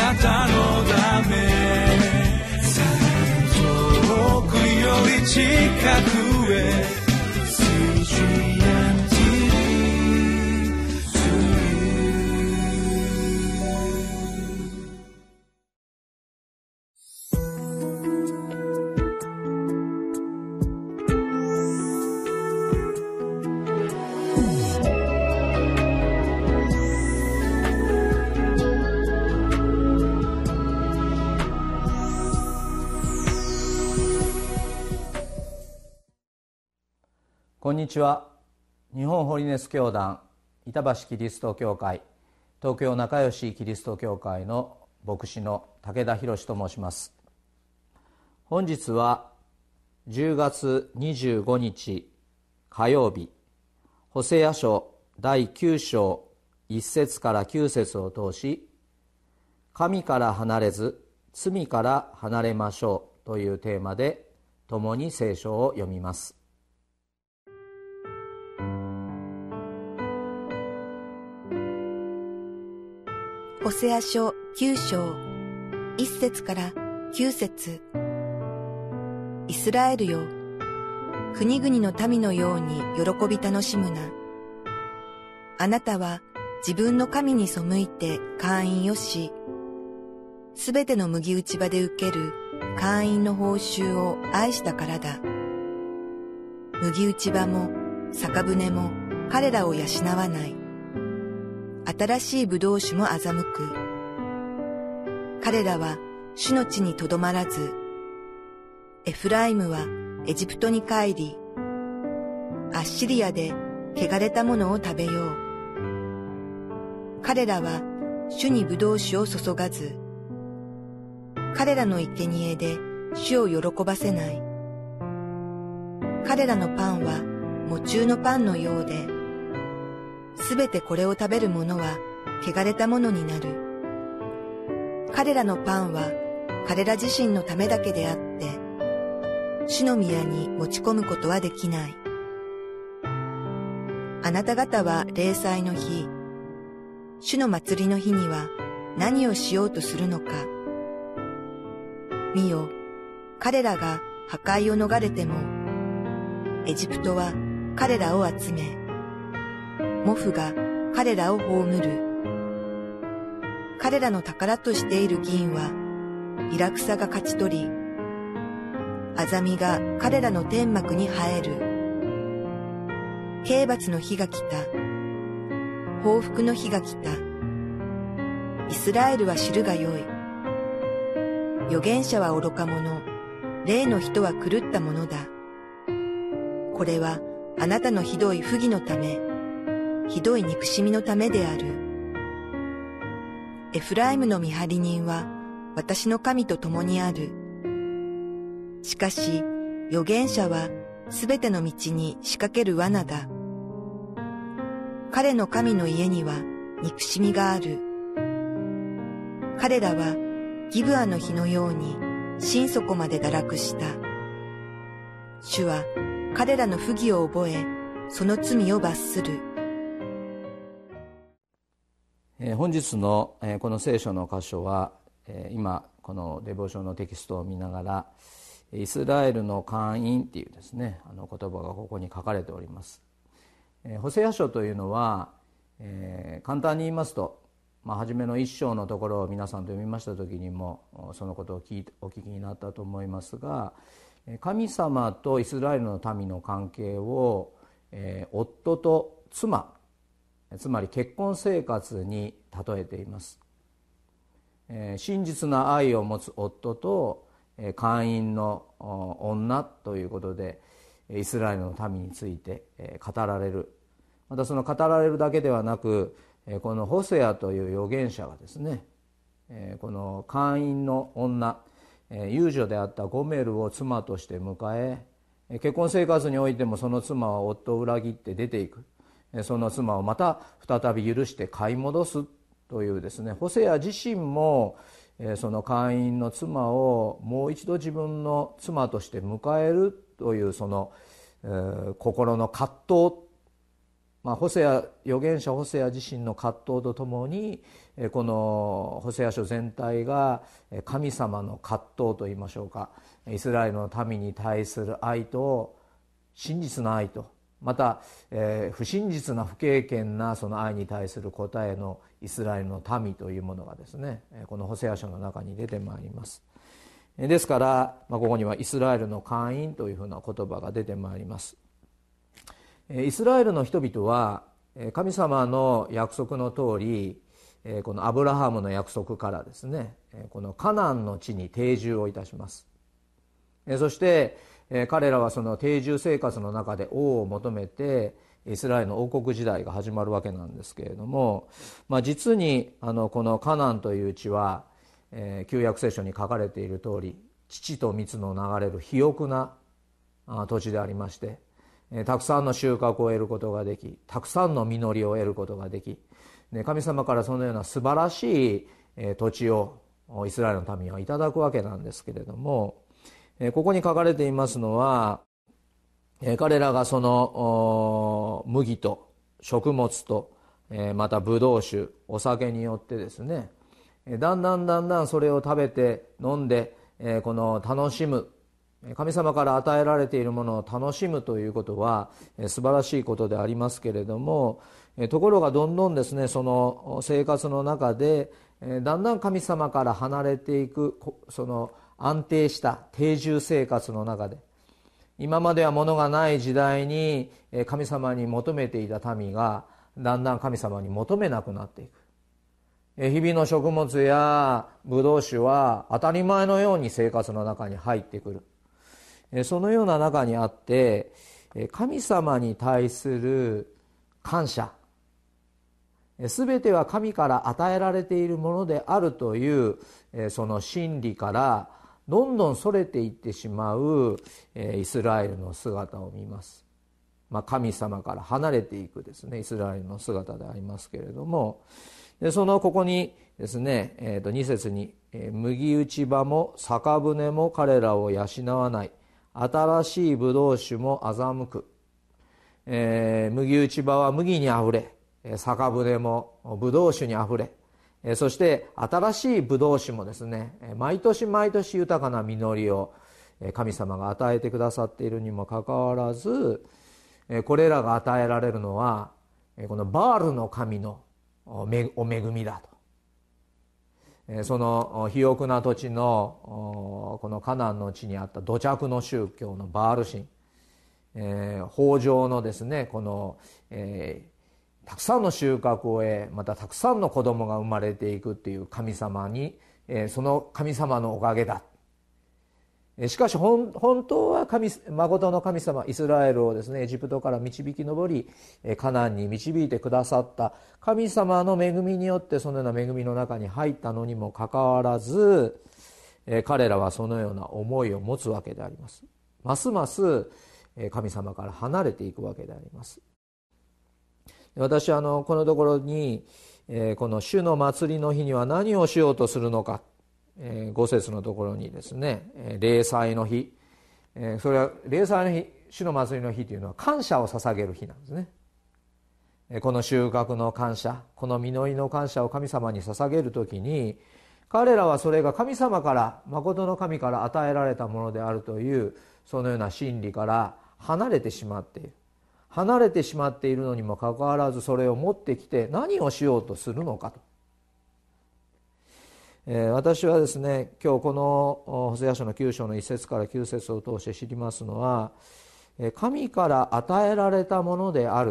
なたのため、遠くより近くへこんにちは。日本ホリネス教団板橋キリスト教会東京仲良しキリスト教会の牧師の武田博と申します。本日は10月25日火曜日、ホセア書第9章1節から9節を通し、神から離れず罪から離れましょうというテーマで共に聖書を読みます。 ホセア書9章1節から9節。イスラエルよ、国々の民のように喜び楽しむな。あなたは自分の神に背いて会員をし、すべての麦打ち場で受ける会員の報酬を愛したからだ。麦打ち場も酒舟も彼らを養わない。新しい葡萄酒も欺く。彼らは主の地にとどまらず、エフライムはエジプトに帰り、アッシリアで汚れたものを食べよう。彼らは主に葡萄酒を注がず、彼らの生贄で主を喜ばせない。彼らのパンは喪中のパンのようで、すべてこれを食べる者は汚れたものになる。彼らのパンは彼ら自身のためだけであって、主の宮に持ち込むことはできない。あなた方は例祭の日、主の祭りの日には何をしようとするのか。見よ、彼らが破壊を逃れても、エジプトは彼らを集め、モフが彼らを葬る。彼らの宝としている銀はイラクサが勝ち取り、アザミが彼らの天幕に生える。刑罰の日が来た。報復の日が来た。イスラエルは知るがよい。預言者は愚か者、霊の人は狂ったものだ。これはあなたのひどい不義のため、ひどい憎しみのためである。エフライムの見張り人は私の神と共にある。しかし預言者はすべての道に仕掛ける罠だ。彼の神の家には憎しみがある。彼らはギブアの日のように心底まで堕落した。主は彼らの不義を覚え、その罪を罰する。 本日のこの聖書の箇所は、今このデボーションのテキストを見ながら、イスラエルの会員っていうですね、言葉がここに書かれております。ホセア書というのは、簡単に言いますと、初めの一章のところを皆さんと読みました時にもそのことをお聞きになったと思いますが、神様とイスラエルの民の関係を、夫と妻、つまり結婚生活に例えています。真実な愛を持つ夫と会員の女ということでイスラエルの民について語られる。またその語られるだけではなく、このホセアという預言者がですね、この会員の女、遊女であったゴメルを妻として迎え、結婚生活においてもその妻は夫を裏切って出ていく。その妻をまた再び許して買い戻すというですね、ホセア自身もその会員の妻をもう一度自分の妻として迎えるというその心の葛藤、 ホセア預言者ホセア自身の葛藤とともにこのホセア書全体が神様の葛藤といいましょうか、イスラエルの民に対する愛と真実の愛と、また不真実な不経験なその愛に対する答えのイスラエルの民というものがですね、このホセア書の中に出てまいります。ですから、ここにはイスラエルの会員というふうな言葉が出てまいります。イスラエルの人々は神様の約束の通り、このアブラハムの約束からですね、このカナンの地に定住をいたします。そして彼らはその定住生活の中で王を求めてイスラエルの王国時代が始まるわけなんですけれども、実にこのカナンという地は旧約聖書に書かれている通り、乳と蜜の流れる肥沃な土地でありまして、たくさんの収穫を得ることができ、たくさんの実りを得ることができ、神様からそのような素晴らしい土地をイスラエルの民はいただくわけなんですけれども、ここに書かれていますのは、彼らがその麦と食物とまたブドウ酒、お酒によってですね、だんだんそれを食べて飲んでこの楽しむ、神様から与えられているものを楽しむということは素晴らしいことでありますけれども、ところがどんどんですね、その生活の中でだんだん神様から離れていく、その安定した定住生活の中で、今までは物がない時代に神様に求めていた民がだんだん神様に求めなくなっていく。日々の食物やブドウ酒は当たり前のように生活の中に入ってくる。そのような中にあって、神様に対する感謝、すべては神から与えられているものであるというその真理からどんどんそれていってしまうイスラエルの姿を見ます。神様から離れていくですね、イスラエルの姿でありますけれども、そのここにですね、2節に麦打ち場も酒舟も彼らを養わない、新しいブドウ酒も欺く。麦打ち場は麦にあふれ、酒舟もブドウ酒にあふれ、そして新しいブドウ酒もですね、毎年毎年豊かな実りを神様が与えてくださっているにもかかわらず、これらが与えられるのはこのバールの神のお恵みだと。その肥沃な土地のこのカナンの地にあった土着の宗教のバール神、豊穣のですね、この、たくさんの収穫を得、またたくさんの子供が生まれていくっていう神様に、その神様のおかげだ。しかし本当は誠の神様、イスラエルをですね、エジプトから導き上りカナンに導いてくださった神様の恵みによってそのような恵みの中に入ったのにもかかわらず、彼らはそのような思いを持つわけであります。ますます神様から離れていくわけであります。私はこのところにこの主の祭りの日には何をしようとするのか、5節のところにですね、礼祭の日、それは礼祭の日、主の祭りの日というのは感謝を捧げる日なんですね。この収穫の感謝、この実りの感謝を神様に捧げるときに、彼らはそれが神様から、誠の神から与えられたものであるというそのような真理から離れてしまっている。離れてしまっているのにもかかわらず、それを持ってきて何をしようとするのかと。私はですね、今日このホセア書の9章の1節から9節を通して知りますのは、神から与えられたものである。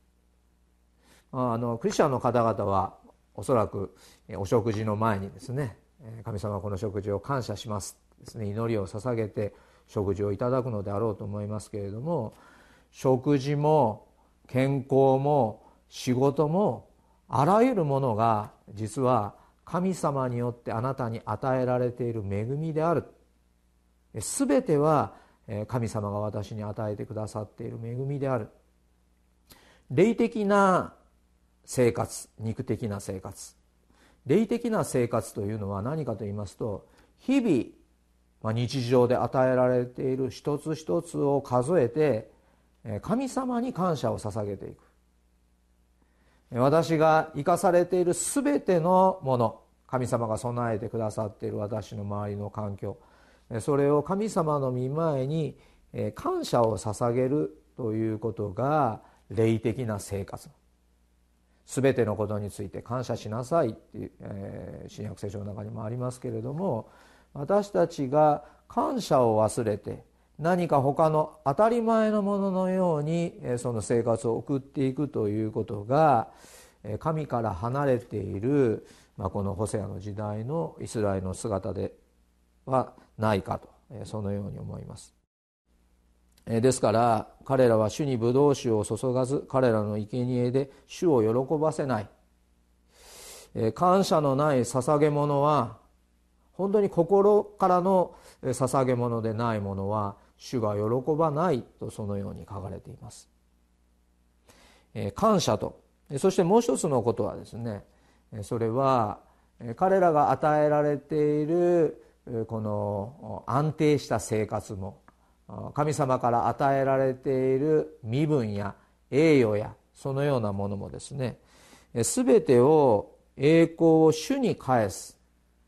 クリスチャンの方々はおそらくお食事の前にですね、神様はこの食事を感謝しますですね、祈りを捧げて食事をいただくのであろうと思いますけれども、食事も健康も仕事もあらゆるものが実は神様によってあなたに与えられている恵みである。すべては神様が私に与えてくださっている恵みである。霊的な生活、肉的な生活、霊的な生活というのは何かと言いますと、日々、日常で与えられている一つ一つを数えて神様に感謝を捧げていく。 私が生かされているすべてのもの、神様が備えてくださっている私の周りの環境、それを神様の御前に感謝を捧げるということが霊的な生活。すべてのことについて感謝しなさいっていう、新約聖書の中にもありますけれども、私たちが感謝を忘れて何か他の当たり前のもののようにその生活を送っていくということが神から離れている、このホセアの時代のイスラエルの姿ではないかと、そのように思います。ですから彼らは主にブドウ酒を注がず、彼らの生贄で主を喜ばせない。感謝のない捧げ物は、本当に心からの捧げ物でないものは主が喜ばないと、そのように書かれています。感謝と、そしてもう一つのことはですね、それは彼らが与えられているこの安定した生活も、神様から与えられている身分や栄誉やそのようなものもですね、すべてを栄光を主に返す、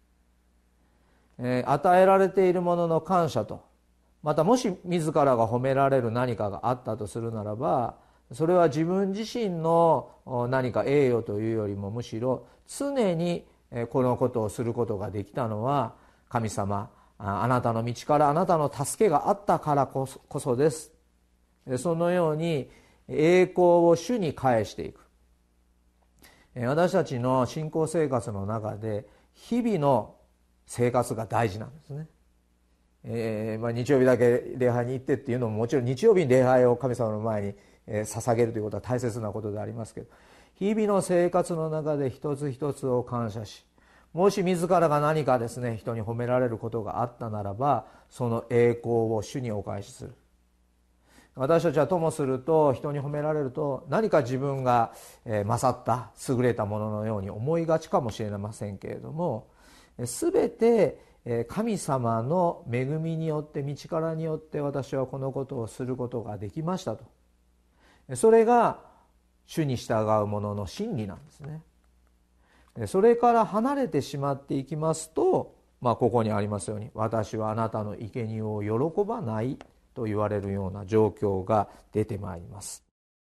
与えられているものの感謝と、またもし自らが褒められる何かがあったとするならば、それは自分自身の何か栄誉というよりも、むしろ常にこのことをすることができたのは神様、あなたの道からあなたの助けがあったからこそです。そのように栄光を主に返していく。私たちの信仰生活の中で日々の生活が大事なんですね。日曜日だけ礼拝に行ってっていうのも、もちろん日曜日に礼拝を神様の前に捧げるということは大切なことでありますけど、日々の生活の中で一つ一つを感謝し、もし自らが何かですね、人に褒められることがあったならば、その栄光を主にお返しする。私たちはともすると、人に褒められると何か自分が勝った優れたもののように思いがちかもしれませんけれども、すべて神様の恵みによって、道からによって私はこのことをすることができましたと。それが主に従う者の真理なんですね。それから離れてしまっていきますと、ここにありますように、私はあなたの生贄を喜ばないと言われるような状況が出てまいります。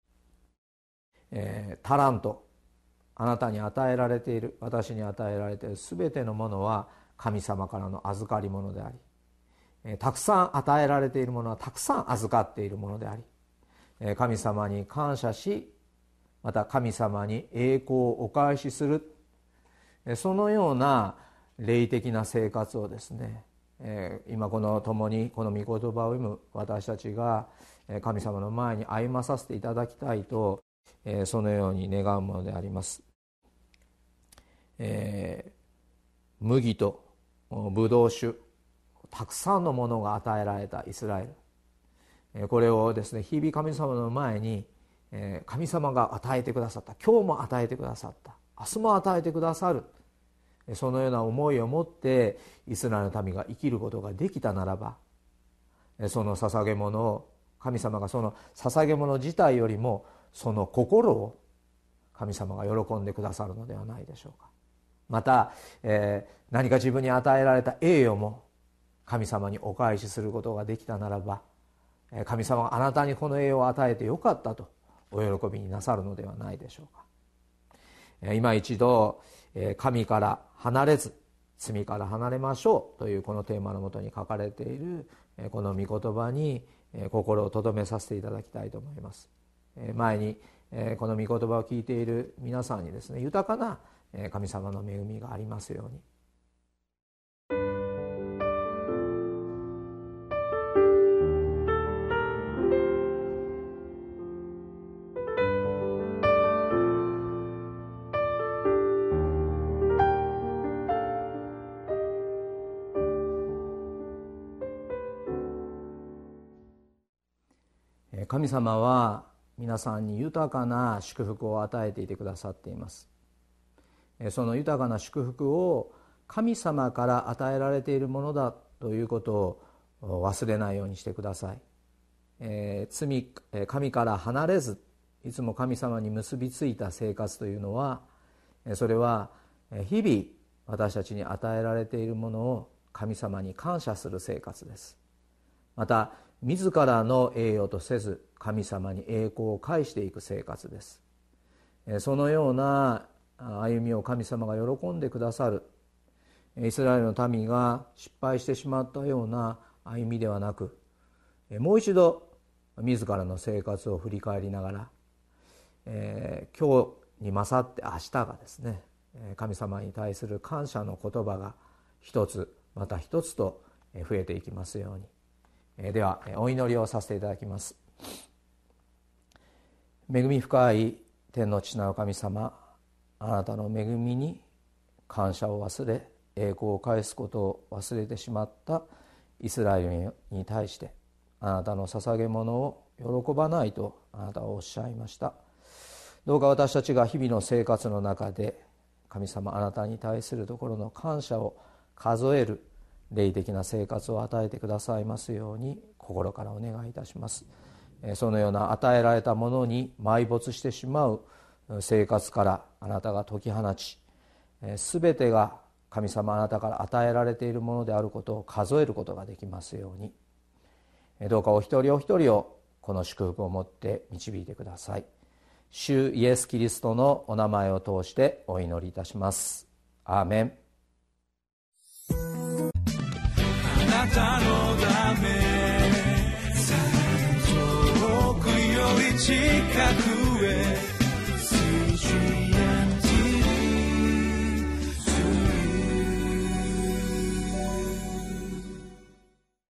タラント、あなたに与えられている、私に与えられているすべてのものは神様からの預かり物であり、たくさん与えられているものはたくさん預かっているものであり、神様に感謝し、また神様に栄光をお返しする、そのような霊的な生活をですね、今この共にこの御言葉を読む私たちが神様の前に歩まさせていただきたいと、そのように願うものであります。麦とブドウ酒、たくさんのものが与えられたイスラエル、これをですね、日々神様の前に神様が与えてくださった、今日も与えてくださった、明日も与えてくださる、そのような思いを持ってイスラエルの民が生きることができたならば、その捧げ物を、神様がその捧げ物自体よりもその心を神様が喜んでくださるのではないでしょうか。また、何か自分に与えられた栄誉も神様にお返しすることができたならば、神様があなたにこの栄誉を与えてよかったとお喜びになさるのではないでしょうか。今一度神から離れず罪から離れましょうというこのテーマのもとに書かれているこの御言葉に心を留めさせていただきたいと思います。前にこの御言葉を聞いている皆さんにですね、豊かな神様の恵みがありますように。神様は皆さんに豊かな祝福を与えていてくださっています。その豊かな祝福を神様から与えられているものだということを忘れないようにしてください。神から離れずいつも神様に結びついた生活というのは、それは日々私たちに与えられているものを神様に感謝する生活です。また自らの栄誉とせず神様に栄光を返していく生活です。そのような歩みを神様が喜んでくださる、イスラエルの民が失敗してしまったような歩みではなく、もう一度自らの生活を振り返りながら、今日に勝って明日がですね、神様に対する感謝の言葉が一つまた一つと増えていきますように。ではお祈りをさせていただきます。恵み深い天の父なる神様、あなたの恵みに感謝を忘れ栄光を返すことを忘れてしまったイスラエルに対して、あなたの捧げ物を喜ばないとあなたはおっしゃいました。どうか私たちが日々の生活の中で神様、あなたに対するところの感謝を数える霊的な生活を与えてくださいますように心からお願いいたします。そのような与えられたものに埋没してしまう生活からあなたが解き放ち、すべてが神様、あなたから与えられているものであることを数えることができますように、どうかお一人お一人をこの祝福をもって導いてください。主イエスキリストのお名前を通してお祈りいたします。アーメン。 あなたのため遠くより近くへ